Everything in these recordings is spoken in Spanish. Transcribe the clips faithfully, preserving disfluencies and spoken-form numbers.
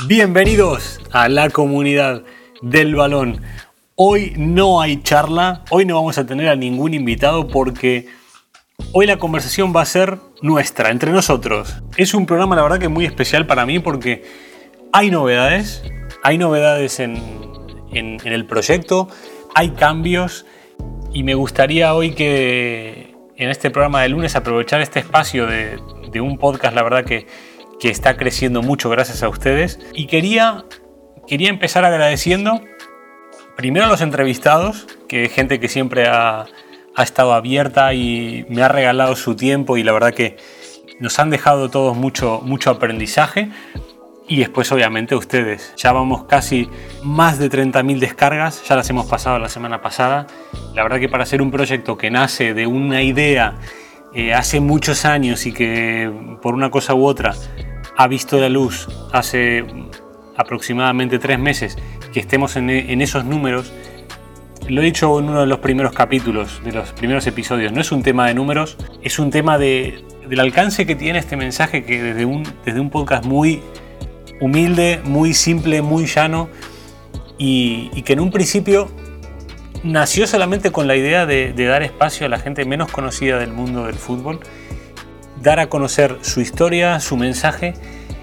Bienvenidos a la comunidad del balón. Hoy no hay charla, hoy no vamos a tener a ningún invitado porque hoy la conversación va a ser nuestra, entre nosotros. Es un programa, la verdad, que muy especial para mí porque hay novedades, hay novedades en, en, en el proyecto, hay cambios y me gustaría hoy que en este programa de lunes aprovechar este espacio de, de un podcast, la verdad que, que está creciendo mucho gracias a ustedes. Y quería, quería empezar agradeciendo primero a los entrevistados, que es gente que siempre ha, ha estado abierta y me ha regalado su tiempo y la verdad que nos han dejado todos mucho, mucho aprendizaje. Y después obviamente ustedes. Ya vamos casi más de treinta mil descargas, ya las hemos pasado la semana pasada. La verdad que para hacer un proyecto que nace de una idea eh, hace muchos años y que por una cosa u otra ha visto la luz hace aproximadamente tres meses, que estemos en, en esos números, lo he dicho en uno de los primeros capítulos, de los primeros episodios, no es un tema de números, es un tema de, del alcance que tiene este mensaje, que desde un, desde un podcast muy humilde, muy simple, muy llano y, y que en un principio nació solamente con la idea de, de dar espacio a la gente menos conocida del mundo del fútbol, dar a conocer su historia, su mensaje,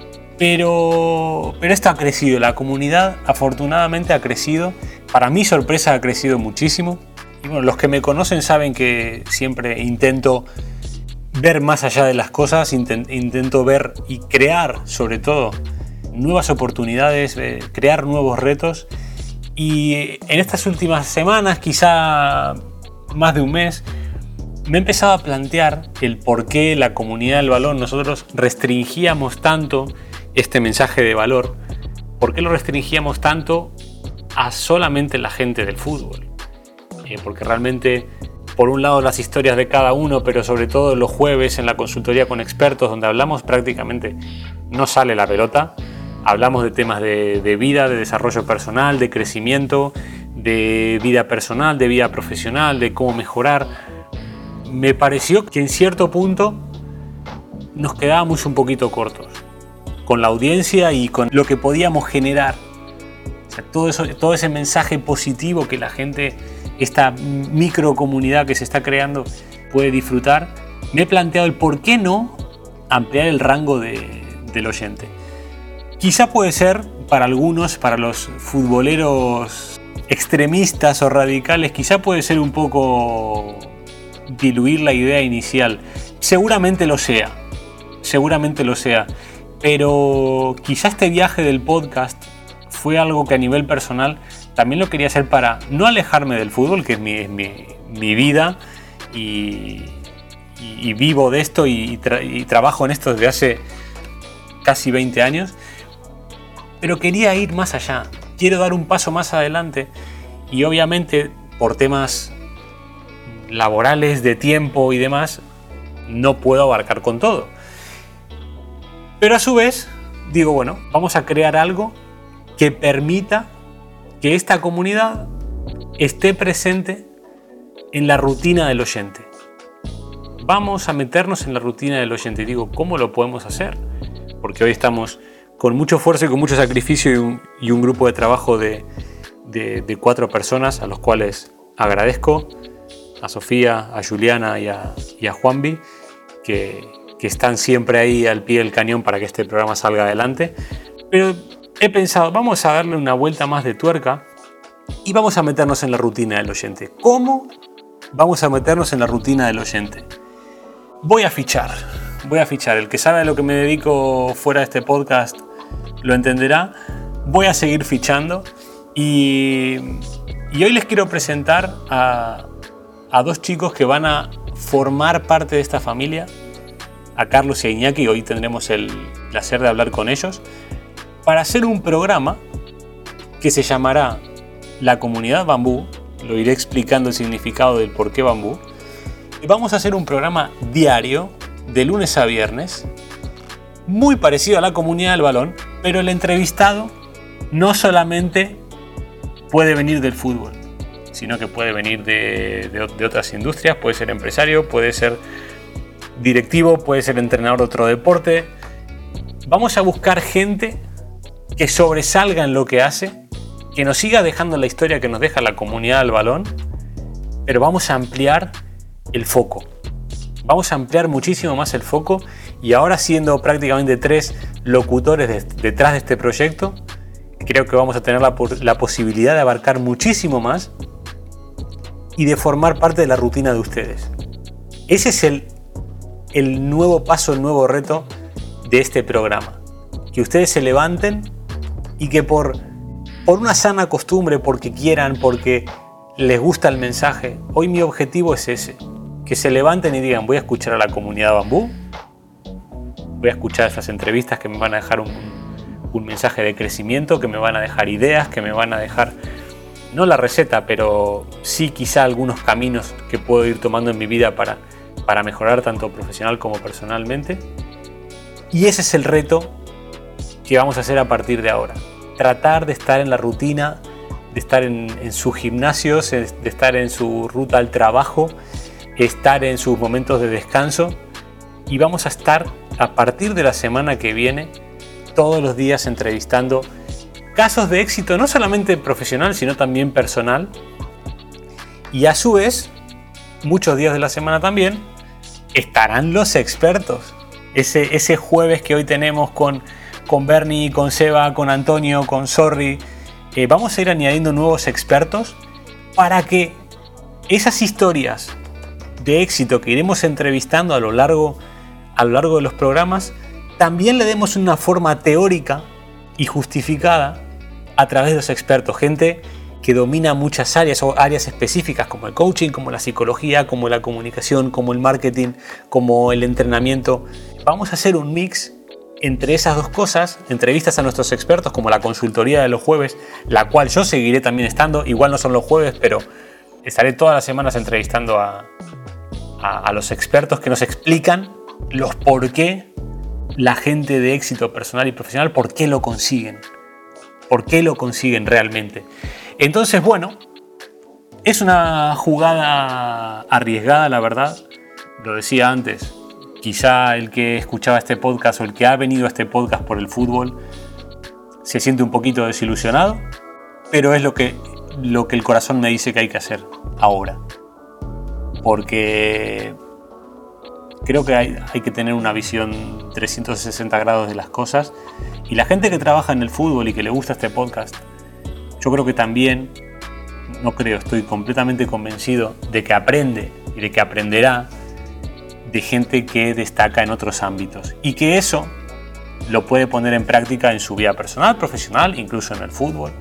pero, pero esto ha crecido, la comunidad afortunadamente ha crecido, para mi sorpresa ha crecido muchísimo y bueno, los que me conocen saben que siempre intento ver más allá de las cosas, intent, intento ver y crear sobre todo nuevas oportunidades, eh, crear nuevos retos y en estas últimas semanas, quizá más de un mes, me he empezado a plantear el por qué la comunidad del balón nosotros restringíamos tanto este mensaje de valor, por qué lo restringíamos tanto a solamente la gente del fútbol, eh, porque realmente por un lado las historias de cada uno, pero sobre todo los jueves en la consultoría con expertos donde hablamos prácticamente no sale la pelota. Hablamos de temas de, de vida, de desarrollo personal, de crecimiento, de vida personal, de vida profesional, de cómo mejorar. Me pareció que en cierto punto nos quedábamos un poquito cortos con la audiencia y con lo que podíamos generar. O sea, todo, eso, todo ese mensaje positivo que la gente, esta microcomunidad que se está creando, puede disfrutar. Me he planteado el por qué no ampliar el rango de, del oyente. Quizá puede ser para algunos, para los futboleros extremistas o radicales, quizá puede ser un poco diluir la idea inicial. Seguramente lo sea, seguramente lo sea. Pero quizá este viaje del podcast fue algo que a nivel personal también lo quería hacer para no alejarme del fútbol, que es mi, es mi, mi vida y, y, y vivo de esto y, tra- y trabajo en esto desde hace casi veinte años. Pero quería ir más allá, quiero dar un paso más adelante y obviamente por temas laborales, de tiempo y demás, no puedo abarcar con todo. Pero a su vez, digo, bueno, vamos a crear algo que permita que esta comunidad esté presente en la rutina del oyente. Vamos a meternos en la rutina del oyente. Digo, ¿cómo lo podemos hacer? Porque hoy estamos con mucho esfuerzo y con mucho sacrificio y un, y un grupo de trabajo de, de, de cuatro personas a los cuales agradezco, a Sofía, a Juliana y a, y a Juanvi, que, que están siempre ahí al pie del cañón para que este programa salga adelante. Pero he pensado, vamos a darle una vuelta más de tuerca y vamos a meternos en la rutina del oyente. ¿Cómo vamos a meternos en la rutina del oyente? Voy a fichar, voy a fichar. El que sabe a lo que me dedico fuera de este podcast lo entenderá. Voy a seguir fichando y, y hoy les quiero presentar a, a dos chicos que van a formar parte de esta familia, a Carlos y a Iñaki. Hoy tendremos el placer de hablar con ellos para hacer un programa que se llamará La Comunidad Bambú. Lo iré explicando el significado del por qué bambú. Y vamos a hacer un programa diario de lunes a viernes, muy parecido a la comunidad del balón, pero el entrevistado no solamente puede venir del fútbol, sino que puede venir de, de, de otras industrias, puede ser empresario, puede ser directivo, puede ser entrenador de otro deporte. Vamos a buscar gente que sobresalga en lo que hace, que nos siga dejando la historia que nos deja la comunidad del balón, pero vamos a ampliar el foco. Vamos a ampliar muchísimo más el foco y ahora siendo prácticamente tres locutores de, detrás de este proyecto, creo que vamos a tener la, la posibilidad de abarcar muchísimo más y de formar parte de la rutina de ustedes. Ese es el, el nuevo paso, el nuevo reto de este programa. Que ustedes se levanten y que por, por una sana costumbre, porque quieran, porque les gusta el mensaje, hoy mi objetivo es ese. Que se levanten y digan, voy a escuchar a la comunidad Bambú, voy a escuchar estas entrevistas que me van a dejar un, un mensaje de crecimiento, que me van a dejar ideas, que me van a dejar, no la receta, pero sí quizá algunos caminos que puedo ir tomando en mi vida para, para mejorar tanto profesional como personalmente. Y ese es el reto que vamos a hacer a partir de ahora. Tratar de estar en la rutina, de estar en, en sus gimnasios, de estar en su ruta al trabajo, estar en sus momentos de descanso, y vamos a estar a partir de la semana que viene todos los días entrevistando casos de éxito, no solamente profesional sino también personal, y a su vez muchos días de la semana también estarán los expertos. Ese, ese jueves que hoy tenemos con, con Bernie, con Seba, con Antonio, con Sorry, eh, vamos a ir añadiendo nuevos expertos para que esas historias de éxito que iremos entrevistando a lo largo, a lo largo de los programas, también le demos una forma teórica y justificada a través de los expertos, gente que domina muchas áreas o áreas específicas como el coaching, como la psicología, como la comunicación, como el marketing, como el entrenamiento. Vamos a hacer un mix entre esas dos cosas, entrevistas a nuestros expertos como la consultoría de los jueves, la cual yo seguiré también estando, igual no son los jueves, pero estaré todas las semanas entrevistando a A, a los expertos que nos explican los por qué la gente de éxito personal y profesional, por qué lo consiguen, por qué lo consiguen realmente. Entonces, bueno, es una jugada arriesgada, la verdad. Lo decía antes, quizá el que escuchaba este podcast o el que ha venido a este podcast por el fútbol se siente un poquito desilusionado, pero es lo que, lo que el corazón me dice que hay que hacer ahora. Porque creo que hay, hay que tener una visión trescientos sesenta grados de las cosas, y la gente que trabaja en el fútbol y que le gusta este podcast, yo creo que también, no creo, estoy completamente convencido de que aprende y de que aprenderá de gente que destaca en otros ámbitos y que eso lo puede poner en práctica en su vida personal, profesional, incluso en el fútbol.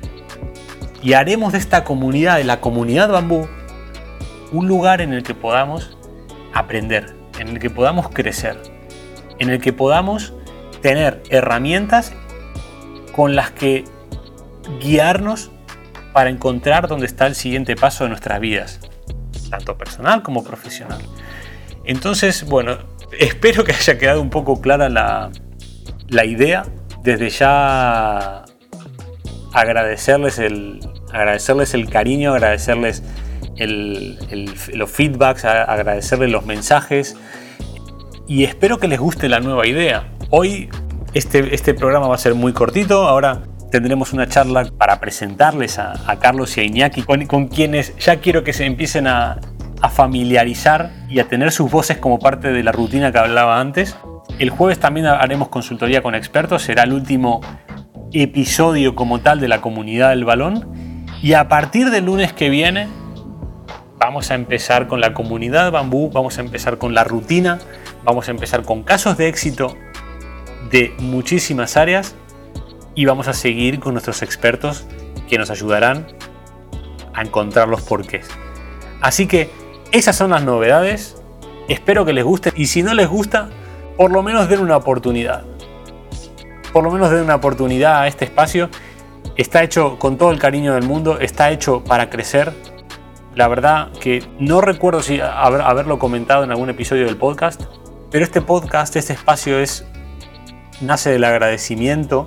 Y haremos de esta comunidad, de la comunidad Bambú, un lugar en el que podamos aprender, en el que podamos crecer, en el que podamos tener herramientas con las que guiarnos para encontrar dónde está el siguiente paso de nuestras vidas, tanto personal como profesional. Entonces, bueno, espero que haya quedado un poco clara la, la idea. Desde ya agradecerles el, agradecerles el cariño, agradecerles El, el, los feedbacks, agradecerles los mensajes, y espero que les guste la nueva idea. Hoy este, este programa va a ser muy cortito. Ahora tendremos una charla para presentarles a, a Carlos y a Iñaki, con, con quienes ya quiero que se empiecen a, a familiarizar y a tener sus voces como parte de la rutina que hablaba antes. El jueves también haremos consultoría con expertos, será el último episodio como tal de la comunidad del balón, y a partir del lunes que viene vamos a empezar con la comunidad Bambú, vamos a empezar con la rutina, vamos a empezar con casos de éxito de muchísimas áreas, y vamos a seguir con nuestros expertos que nos ayudarán a encontrar los porqués. Así que esas son las novedades, espero que les guste, y si no les gusta, por lo menos den una oportunidad. Por lo menos den una oportunidad a este espacio. Está hecho con todo el cariño del mundo, está hecho para crecer. La verdad que no recuerdo si haber, haberlo comentado en algún episodio del podcast, pero este podcast, este espacio es, nace del agradecimiento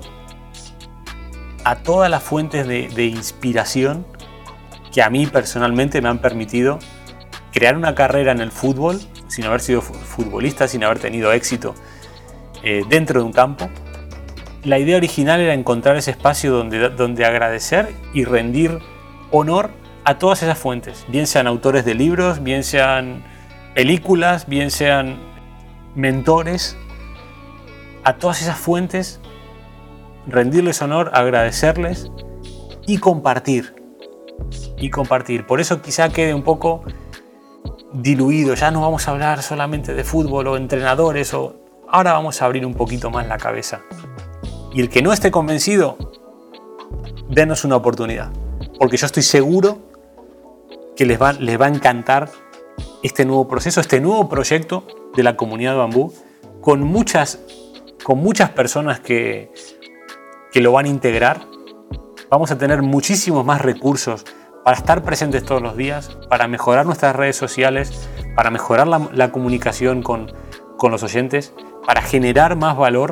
a todas las fuentes de, de inspiración que a mí personalmente me han permitido crear una carrera en el fútbol sin haber sido futbolista, sin haber tenido éxito eh, dentro de un campo. la idea original era encontrar ese espacio donde, donde agradecer y rendir honor a todas esas fuentes, bien sean autores de libros, bien sean películas, bien sean mentores, a todas esas fuentes, rendirles honor, agradecerles y compartir. Y compartir. Por eso quizá quede un poco diluido. Ya no vamos a hablar solamente de fútbol o entrenadores. O... Ahora vamos a abrir un poquito más la cabeza. Y el que no esté convencido, denos una oportunidad. Porque yo estoy seguro que les va, les va a encantar este nuevo proceso, este nuevo proyecto de la comunidad Bambú, con muchas, con muchas personas que, que lo van a integrar. Vamos a tener muchísimos más recursos para estar presentes todos los días, para mejorar nuestras redes sociales, para mejorar la, la comunicación con, con los oyentes, para generar más valor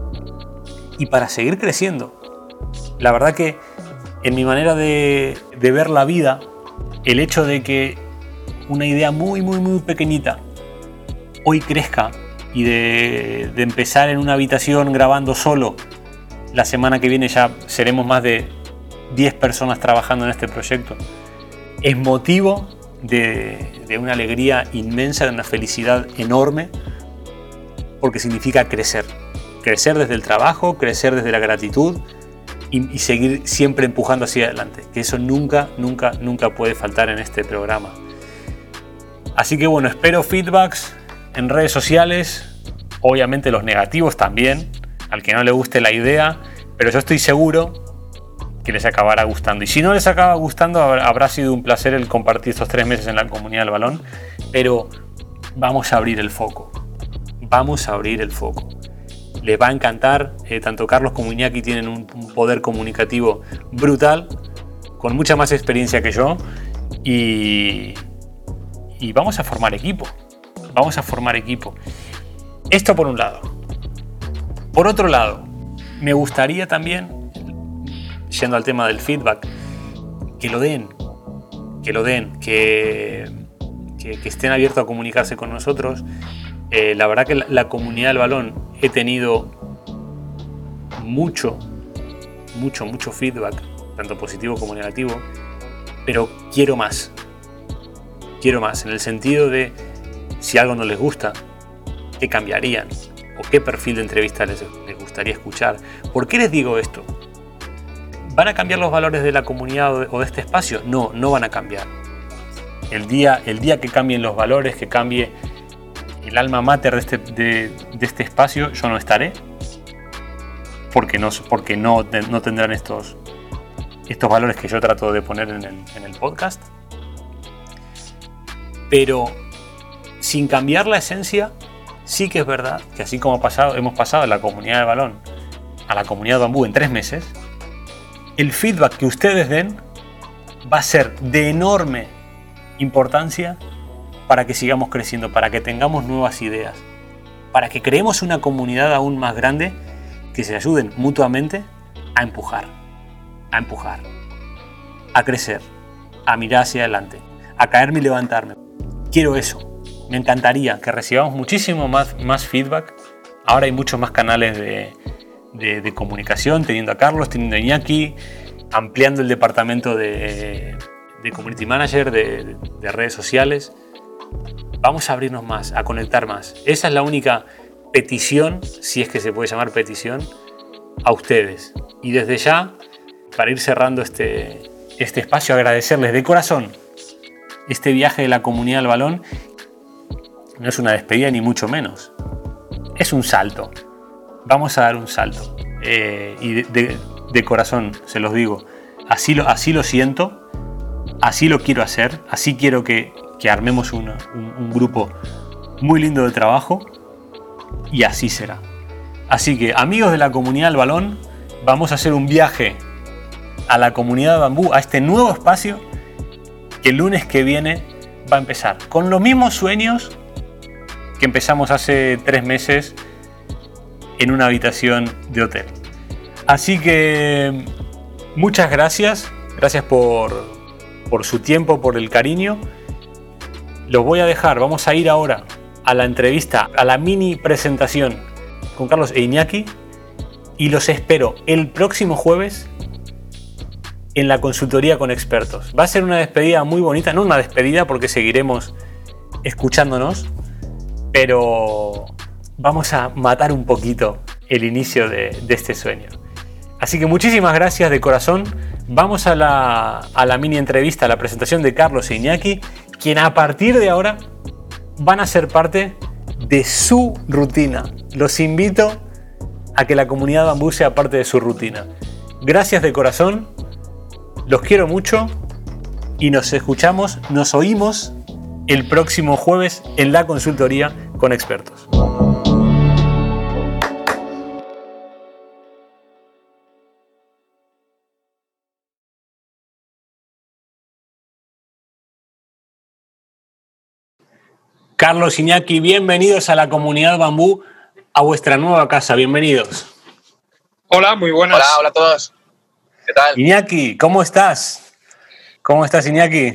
y para seguir creciendo. La verdad que en mi manera de, de ver la vida, el hecho de que una idea muy, muy, muy pequeñita hoy crezca y de, de empezar en una habitación grabando solo, la semana que viene ya seremos más de diez personas trabajando en este proyecto, es motivo de, de una alegría inmensa, de una felicidad enorme, porque significa crecer. Crecer desde el trabajo, crecer desde la gratitud y, y seguir siempre empujando hacia adelante, que eso nunca, nunca, nunca puede faltar en este programa. Así que bueno, espero feedbacks en redes sociales, obviamente los negativos también, al que no le guste la idea, pero yo estoy seguro que les acabará gustando. Y si no les acaba gustando, habrá sido un placer el compartir estos tres meses en la comunidad del balón, pero vamos a abrir el foco. Vamos a abrir el foco. Les va a encantar, eh, tanto Carlos como Iñaki tienen un, un poder comunicativo brutal, con mucha más experiencia que yo, y, y vamos a formar equipo. Vamos a formar equipo. Esto por un lado. Por otro lado, me gustaría también, yendo al tema del feedback, que lo den, que lo den, que, que, que estén abiertos a comunicarse con nosotros. Eh, la verdad que la, la comunidad del balón he tenido mucho, mucho, mucho feedback, tanto positivo como negativo, pero quiero más. Quiero más, en el sentido de si algo no les gusta, ¿qué cambiarían? ¿O qué perfil de entrevista les, les gustaría escuchar? ¿Por qué les digo esto? ¿Van a cambiar los valores de la comunidad o de, o de este espacio? No, no van a cambiar. El día, el día que cambien los valores, que cambie el alma mater de este, de, de este espacio, yo no estaré, porque no, porque no, no tendrán estos, estos valores que yo trato de poner en el, en el podcast. Pero sin cambiar la esencia, sí que es verdad que así como pasado, hemos pasado de la comunidad de balón a la comunidad de Bambú en tres meses, el feedback que ustedes den va a ser de enorme importancia para que sigamos creciendo, para que tengamos nuevas ideas, para que creemos una comunidad aún más grande, que se ayuden mutuamente a empujar, a empujar, a crecer, a mirar hacia adelante, a caerme y levantarme. Quiero eso. Me encantaría que recibamos muchísimo más, más feedback. Ahora hay muchos más canales de, de, de comunicación, teniendo a Carlos, teniendo a Iñaki, ampliando el departamento de, de Community Manager, de, de, de redes sociales. Vamos a abrirnos más, a conectar más. Esa es la única petición, si es que se puede llamar petición, a ustedes. Y desde ya, para ir cerrando este, este espacio, agradecerles de corazón este viaje de la comunidad del balón. No es una despedida ni mucho menos. Es un salto. Vamos a dar un salto. Eh, y de, de, de corazón, se los digo, así lo, así lo siento, así lo quiero hacer, así quiero que, que armemos una, un, un grupo muy lindo de trabajo, y así será. Así que, amigos de la comunidad del balón, vamos a hacer un viaje a la comunidad de Bambú, a este nuevo espacio que el lunes que viene va a empezar con los mismos sueños que empezamos hace tres meses en una habitación de hotel. Así que muchas gracias, gracias por, por su tiempo, por el cariño. Los voy a dejar, vamos a ir ahora a la entrevista, a la mini presentación con Carlos e Iñaki, y los espero el próximo jueves en la consultoría con expertos. Va a ser una despedida muy bonita, no una despedida porque seguiremos escuchándonos, pero vamos a matar un poquito el inicio de, de este sueño. Así que muchísimas gracias de corazón. Vamos a la, a la mini entrevista, a la presentación de Carlos e Iñaki, quien a partir de ahora van a ser parte de su rutina. Los invito a que la comunidad Bambú sea parte de su rutina. Gracias de corazón, los quiero mucho y nos escuchamos, nos oímos el próximo jueves en la consultoría con expertos. Carlos, Iñaki, bienvenidos a la comunidad Bambú, a vuestra nueva casa. Bienvenidos. Hola, muy buenas. Hola, hola a todos. ¿Qué tal? Iñaki, ¿cómo estás? ¿Cómo estás, Iñaki?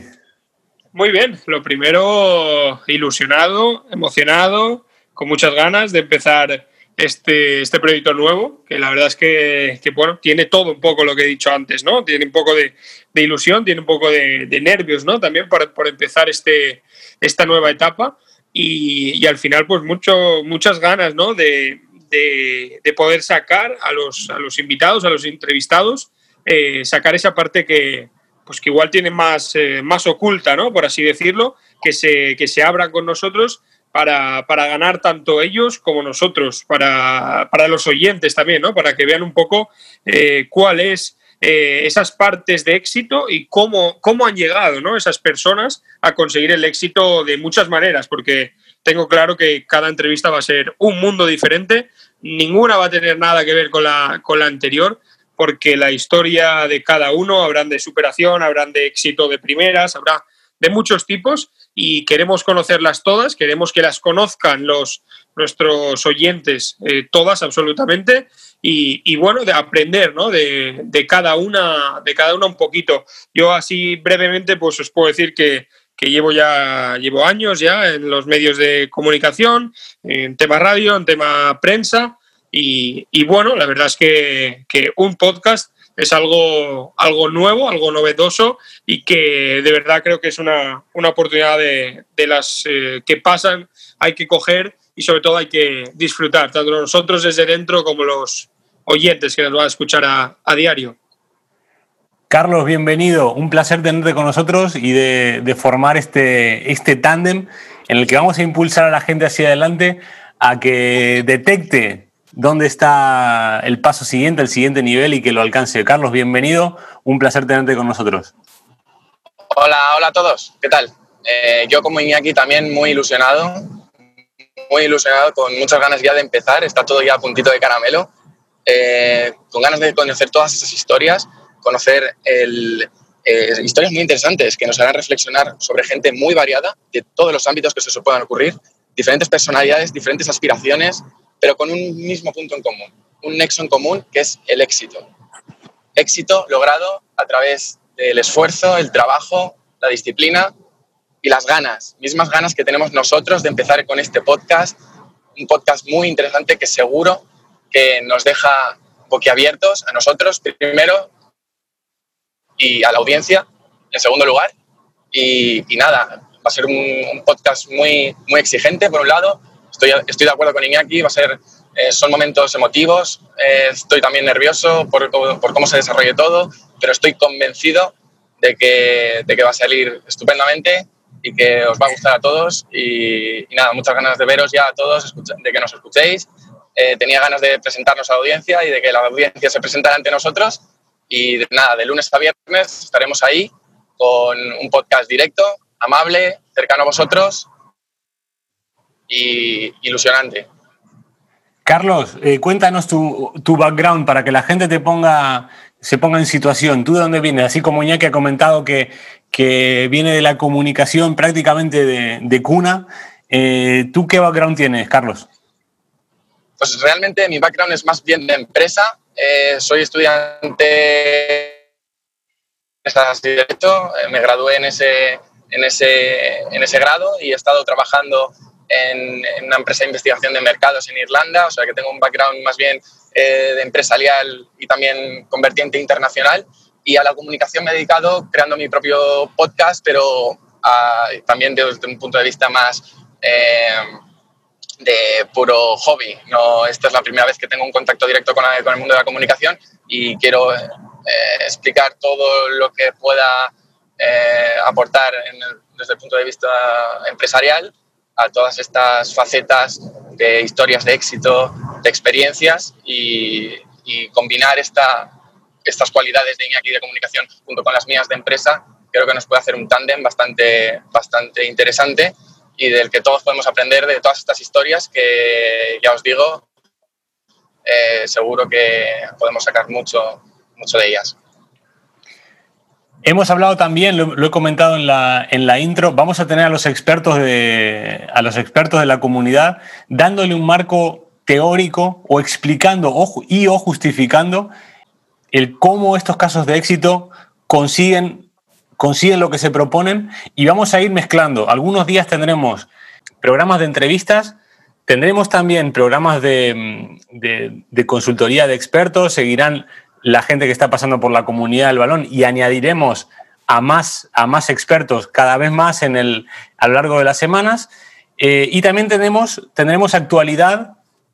Muy bien. Lo primero, ilusionado, emocionado, con muchas ganas de empezar este, este proyecto nuevo, que la verdad es que, que, bueno, tiene todo un poco lo que he dicho antes, ¿no? Tiene un poco de, de ilusión, tiene un poco de, de nervios, ¿no? También por, por empezar este, esta nueva etapa. Y, y al final, pues mucho, muchas ganas, ¿no? de, de, de poder sacar a los, a los invitados, a los entrevistados, eh, sacar esa parte que, pues que igual tienen más, eh, más oculta, ¿no? Por así decirlo, que se, que se abran con nosotros para, para ganar tanto ellos como nosotros, para, para los oyentes también, ¿no? Para que vean un poco eh, cuál es eh, esas partes de éxito y cómo, cómo han llegado, ¿no? Esas personas a conseguir el éxito de muchas maneras, porque tengo claro que cada entrevista va a ser un mundo diferente, ninguna va a tener nada que ver con la, con la anterior, porque la historia de cada uno, habrán de superación, habrán de éxito de primeras, habrá de muchos tipos y queremos conocerlas todas, queremos que las conozcan los, nuestros oyentes, eh, todas absolutamente, y, y bueno, de aprender, ¿no? de, de, cada una, de cada una un poquito. Yo así brevemente pues os puedo decir que, que llevo ya llevo años ya en los medios de comunicación, en tema radio, en tema prensa, y, y bueno, la verdad es que, que un podcast es algo, algo nuevo, algo novedoso y que de verdad creo que es una, una oportunidad de, de las eh, que pasan, hay que coger y sobre todo hay que disfrutar, tanto nosotros desde dentro como los oyentes que nos van a escuchar a, a diario. Carlos, bienvenido. Un placer tenerte con nosotros y de, de formar este, este tándem en el que vamos a impulsar a la gente hacia adelante a que detecte dónde está el paso siguiente, el siguiente nivel y que lo alcance. Carlos, bienvenido. Un placer tenerte con nosotros. Hola, hola a todos. ¿Qué tal? Eh, yo como Iñaki también muy ilusionado, muy ilusionado, con muchas ganas ya de empezar. Está todo ya a puntito de caramelo. Eh, con ganas de conocer todas esas historias, conocer el, eh, historias muy interesantes que nos harán reflexionar sobre gente muy variada de todos los ámbitos que se os puedan ocurrir, diferentes personalidades, diferentes aspiraciones, pero con un mismo punto en común, un nexo en común que es el éxito. Éxito logrado a través del esfuerzo, el trabajo, la disciplina y las ganas, mismas ganas que tenemos nosotros de empezar con este podcast, un podcast muy interesante que seguro que nos deja boquiabiertos a nosotros primero y a la audiencia en segundo lugar. Y, y nada, va a ser un, un podcast muy, muy exigente por un lado. Estoy, estoy de acuerdo con Iñaki, va a ser, eh, son momentos emotivos, eh, estoy también nervioso por, por cómo se desarrolle todo, pero estoy convencido de que, de que va a salir estupendamente y que os va a gustar a todos y, y nada, muchas ganas de veros ya a todos, escucha, de que nos escuchéis. Eh, tenía ganas de presentarnos a la audiencia y de que la audiencia se presentara ante nosotros y de, nada, de lunes a viernes estaremos ahí con un podcast directo, amable, cercano a vosotros y ilusionante. Carlos, eh, cuéntanos tu, tu background para que la gente te ponga, se ponga en situación. ¿Tú de dónde vienes? Así como Iñaki ha comentado que, que viene de la comunicación prácticamente de, de cuna. Eh, ¿Tú qué background tienes, Carlos? Pues realmente mi background es más bien de empresa. Eh, soy estudiante de Derecho, eh, me gradué en ese, en, ese, en ese grado y he estado trabajando en, en una empresa de investigación de mercados en Irlanda, o sea que tengo un background más bien eh, de empresarial y también con vertiente internacional. Y a la comunicación me he dedicado creando mi propio podcast, pero a, también desde un punto de vista más eh, de puro hobby. No, esta es la primera vez que tengo un contacto directo con, la, con el mundo de la comunicación y quiero eh, explicar todo lo que pueda eh, aportar en el, desde el punto de vista empresarial a todas estas facetas de historias de éxito, de experiencias y, y combinar esta, estas cualidades de Iñaki de comunicación junto con las mías de empresa. Creo que nos puede hacer un tándem bastante, bastante interesante y del que todos podemos aprender de todas estas historias que, ya os digo, eh, seguro que podemos sacar mucho, mucho de ellas. Hemos hablado también, lo, lo he comentado en la, en la intro, vamos a tener a los expertos de, a los expertos de la comunidad dándole un marco teórico o explicando o, y o justificando el cómo estos casos de éxito consiguen, consiguen lo que se proponen, y vamos a ir mezclando. Algunos días tendremos programas de entrevistas, tendremos también programas de, de, de consultoría de expertos, seguirán la gente que está pasando por la comunidad del balón y añadiremos a más, a más expertos cada vez más en el, a lo largo de las semanas. Eh, y también tenemos, tendremos actualidad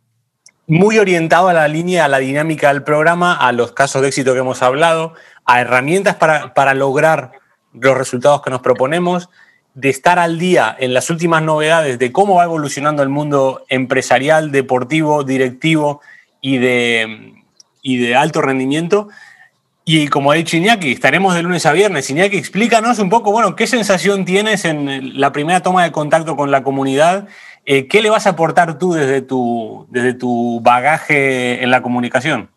muy orientado a la línea, a la dinámica del programa, a los casos de éxito que hemos hablado, a herramientas para, para lograr los resultados que nos proponemos, de estar al día en las últimas novedades de cómo va evolucionando el mundo empresarial, deportivo, directivo y de, y de alto rendimiento. Y como ha dicho Iñaki, estaremos de lunes a viernes. Iñaki, explícanos un poco, bueno, ¿qué sensación tienes en la primera toma de contacto con la comunidad? Eh, ¿Qué le vas a aportar tú desde tu, desde tu bagaje en la comunicación?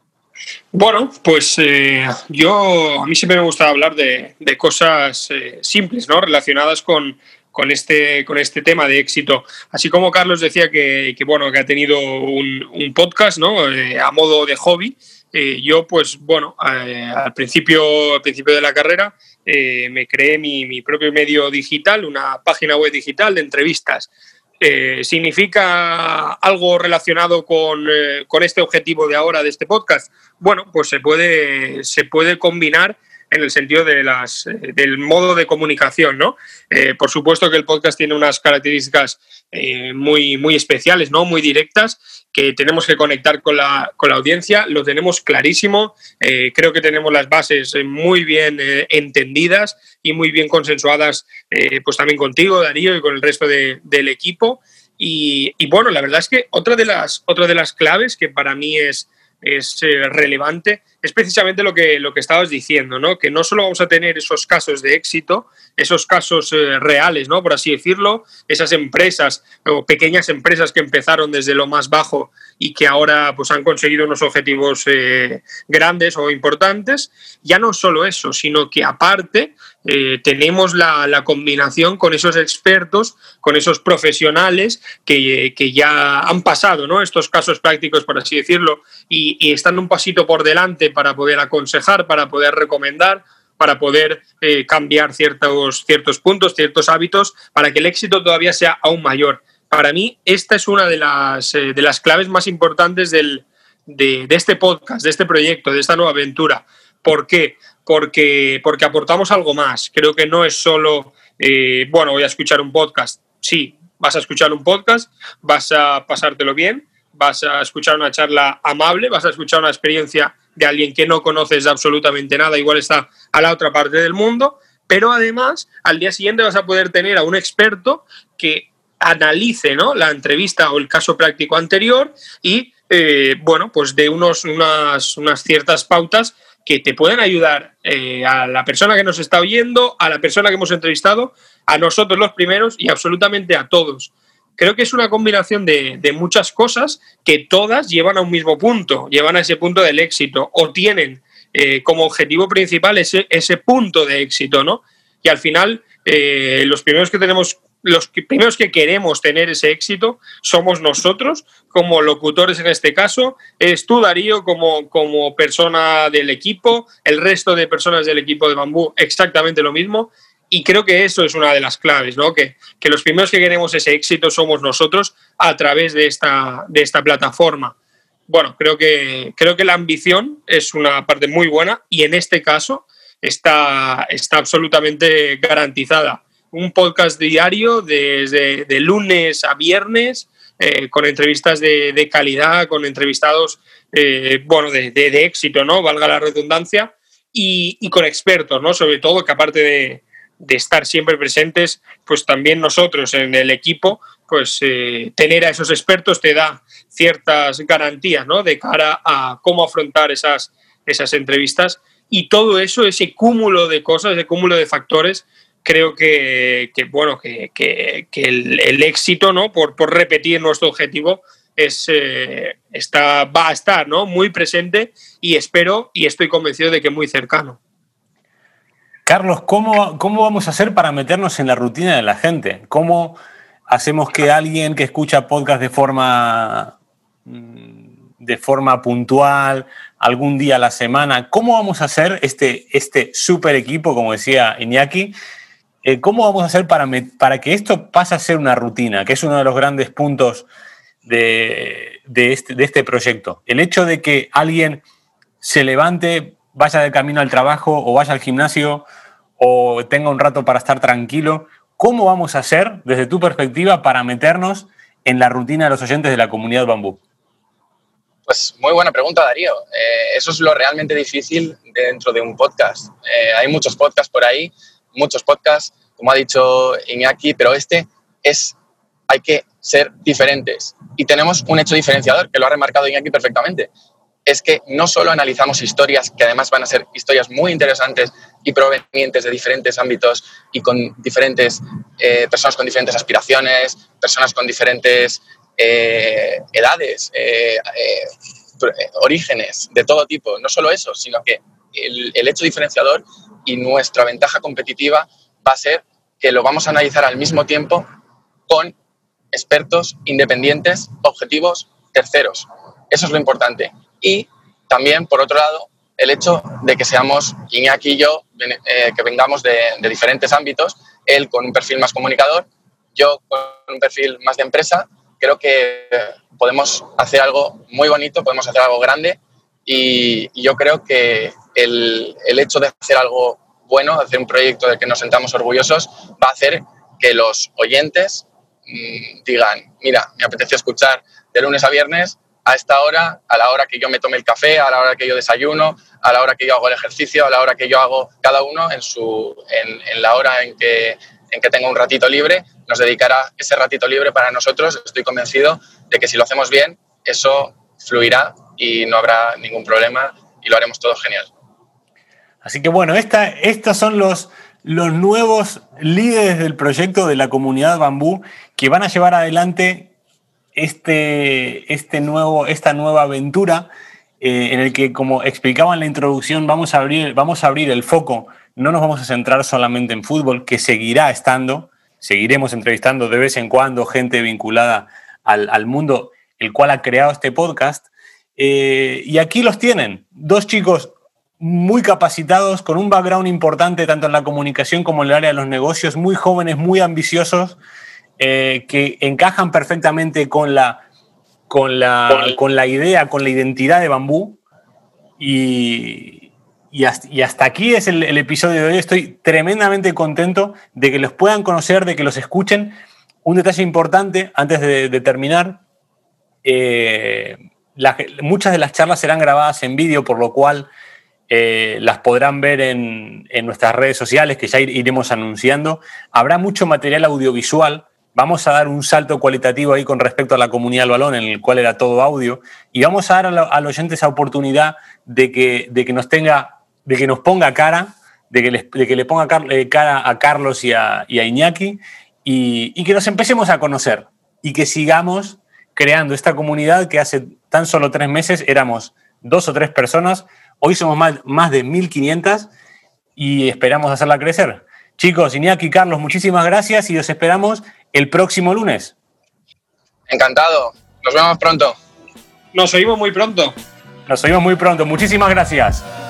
Bueno, pues eh, yo, a mí siempre me gusta hablar de, de cosas eh, simples, ¿no? Relacionadas con, con, este, con este tema de éxito. Así como Carlos decía que, que, bueno, que ha tenido un, un podcast, ¿no? Eh, a modo de hobby. Eh, yo, pues, bueno, eh, al, principio, al principio de la carrera eh, me creé mi, mi propio medio digital, una página web digital de entrevistas. Eh, ¿Significa algo relacionado con, eh, con este objetivo de ahora, de este podcast? Bueno, pues se puede, se puede combinar en el sentido de las, eh, del modo de comunicación, ¿no? Eh, por supuesto que el podcast tiene unas características eh, muy, muy especiales, ¿no? Muy directas, que tenemos que conectar con la, con la audiencia, lo tenemos clarísimo, eh, creo que tenemos las bases muy bien eh, entendidas y muy bien consensuadas, eh, pues también contigo, Darío, y con el resto de, del equipo. Y, y bueno, la verdad es que otra de las, otra de las claves que para mí es, es eh, relevante es precisamente lo que, lo que estabas diciendo, ¿no? Que no solo vamos a tener esos casos de éxito, esos casos eh, reales, ¿no? Por así decirlo, esas empresas o pequeñas empresas que empezaron desde lo más bajo y que ahora pues, han conseguido unos objetivos eh, grandes o importantes. Ya no solo eso, sino que aparte eh, tenemos la, la combinación con esos expertos, con esos profesionales que, que ya han pasado, ¿no? Estos casos prácticos, por así decirlo, y, y están un pasito por delante para poder aconsejar, para poder recomendar, para poder eh, cambiar ciertos, ciertos puntos, ciertos hábitos, para que el éxito todavía sea aún mayor. Para mí, esta es una de las, eh, de las claves más importantes del, de, de este podcast, de este proyecto, de esta nueva aventura. ¿Por qué? Porque, porque aportamos algo más. Creo que no es solo, eh, bueno, voy a escuchar un podcast. Sí, vas a escuchar un podcast, vas a pasártelo bien, vas a escuchar una charla amable, vas a escuchar una experiencia de alguien que no conoces absolutamente nada, igual está a la otra parte del mundo, pero además al día siguiente vas a poder tener a un experto que analice, ¿no? La entrevista o el caso práctico anterior y, eh, bueno, pues de unos, unas, unas ciertas pautas que te pueden ayudar eh, a la persona que nos está oyendo, a la persona que hemos entrevistado, a nosotros los primeros y absolutamente a todos. Creo que es una combinación de, de muchas cosas que todas llevan a un mismo punto, llevan a ese punto del éxito o tienen eh, como objetivo principal ese, ese punto de éxito, ¿no? Y al final, eh, los primeros que tenemos, los que, primeros que queremos tener ese éxito somos nosotros, como locutores en este caso, eres tú, Darío, como, como persona del equipo, el resto de personas del equipo de Bambú, exactamente lo mismo. y creo que eso es una de las claves, ¿no? Que, que los primeros que queremos ese éxito somos nosotros a través de esta, de esta plataforma. Bueno, creo que, creo que la ambición es una parte muy buena y en este caso está, está absolutamente garantizada. Un podcast diario desde de lunes a viernes, eh, con entrevistas de, de calidad, con entrevistados eh, bueno, de, de, de éxito, ¿no? Valga la redundancia, y, y con expertos, ¿no? Sobre todo, que aparte de, de estar siempre presentes, pues también nosotros en el equipo, pues eh, tener a esos expertos te da ciertas garantías, ¿no? De cara a cómo afrontar esas, esas entrevistas, y todo eso, ese cúmulo de cosas, ese cúmulo de factores, creo que, que bueno, que, que, que el, el éxito, ¿no? Por, por repetir nuestro objetivo es, eh, está, va a estar, ¿no? Muy presente, y espero y estoy convencido de que muy cercano. Carlos, ¿cómo, cómo vamos a hacer para meternos en la rutina de la gente? ¿Cómo hacemos que alguien que escucha podcast de forma, de forma puntual, algún día a la semana, cómo vamos a hacer este, este super equipo, como decía Iñaki? Eh, ¿Cómo vamos a hacer para, para que esto pase a ser una rutina? Que es uno de los grandes puntos de, de, este, de este proyecto. El hecho de que alguien se levante, vaya de camino al trabajo o vaya al gimnasio o tenga un rato para estar tranquilo. ¿Cómo vamos a hacer, desde tu perspectiva, para meternos en la rutina de los oyentes de la comunidad Bambú? Pues muy buena pregunta, Darío. Eh, eso es lo realmente difícil dentro de un podcast. Eh, hay muchos podcasts por ahí, muchos podcasts, como ha dicho Iñaki, pero este es, hay que ser diferentes. Y tenemos un hecho diferenciador, que lo ha remarcado Iñaki perfectamente. Es que no solo analizamos historias, que además van a ser historias muy interesantes y provenientes de diferentes ámbitos y con diferentes eh, personas con diferentes aspiraciones, personas con diferentes eh, edades, eh, eh, orígenes, de todo tipo. No solo eso, sino que el, el hecho diferenciador y nuestra ventaja competitiva va a ser que lo vamos a analizar al mismo tiempo con expertos independientes, objetivos, terceros. Eso es lo importante. Y también, por otro lado, el hecho de que seamos Iñaki y yo, eh, que vengamos de, de diferentes ámbitos, él con un perfil más comunicador, yo con un perfil más de empresa, creo que podemos hacer algo muy bonito, podemos hacer algo grande, y, y yo creo que el, el hecho de hacer algo bueno, hacer un proyecto del que nos sentamos orgullosos, va a hacer que los oyentes mmm, digan, mira, me apetece escuchar de lunes a viernes a esta hora, a la hora que yo me tome el café, a la hora que yo desayuno, a la hora que yo hago el ejercicio, a la hora que yo hago, cada uno en, su, en, en la hora en que, en que tenga un ratito libre, nos dedicará ese ratito libre para nosotros. Estoy convencido de que si lo hacemos bien, eso fluirá y no habrá ningún problema y lo haremos todo genial. Así que bueno, esta, estos son los, los nuevos líderes del proyecto de la comunidad Bambú que van a llevar adelante Este, este nuevo, esta nueva aventura eh, en el que, como explicaba en la introducción, vamos a, abrir, vamos a abrir el foco. No nos vamos a centrar solamente en fútbol, que seguirá estando. Seguiremos entrevistando de vez en cuando gente vinculada al, al mundo, el cual ha creado este podcast. Eh, y aquí los tienen, dos chicos muy capacitados, con un background importante tanto en la comunicación como en el área de los negocios, muy jóvenes, muy ambiciosos, Eh, que encajan perfectamente con la, con, la, con la idea, con la identidad de Bambú. Y, y, hasta, y hasta aquí es el, el episodio de hoy. Estoy tremendamente contento de que los puedan conocer, de que los escuchen. Un detalle importante, antes de, de terminar, eh, la, muchas de las charlas serán grabadas en vídeo, por lo cual eh, las podrán ver en, en nuestras redes sociales, que ya iremos anunciando. Habrá mucho material audiovisual. Vamos a dar un salto cualitativo ahí con respecto a la comunidad del balón, en el cual era todo audio, y vamos a dar al oyente esa oportunidad de que, de que nos tenga, de que nos ponga cara, de que, les, de que le ponga cara a Carlos y a, y a Iñaki, y, y que nos empecemos a conocer y que sigamos creando esta comunidad que hace tan solo tres meses éramos dos o tres personas, hoy somos más, más de mil quinientas y esperamos hacerla crecer. Chicos, Iñaki, Carlos, muchísimas gracias y los esperamos el próximo lunes. Encantado. Nos vemos pronto. Nos oímos muy pronto. Nos oímos muy pronto. Muchísimas gracias.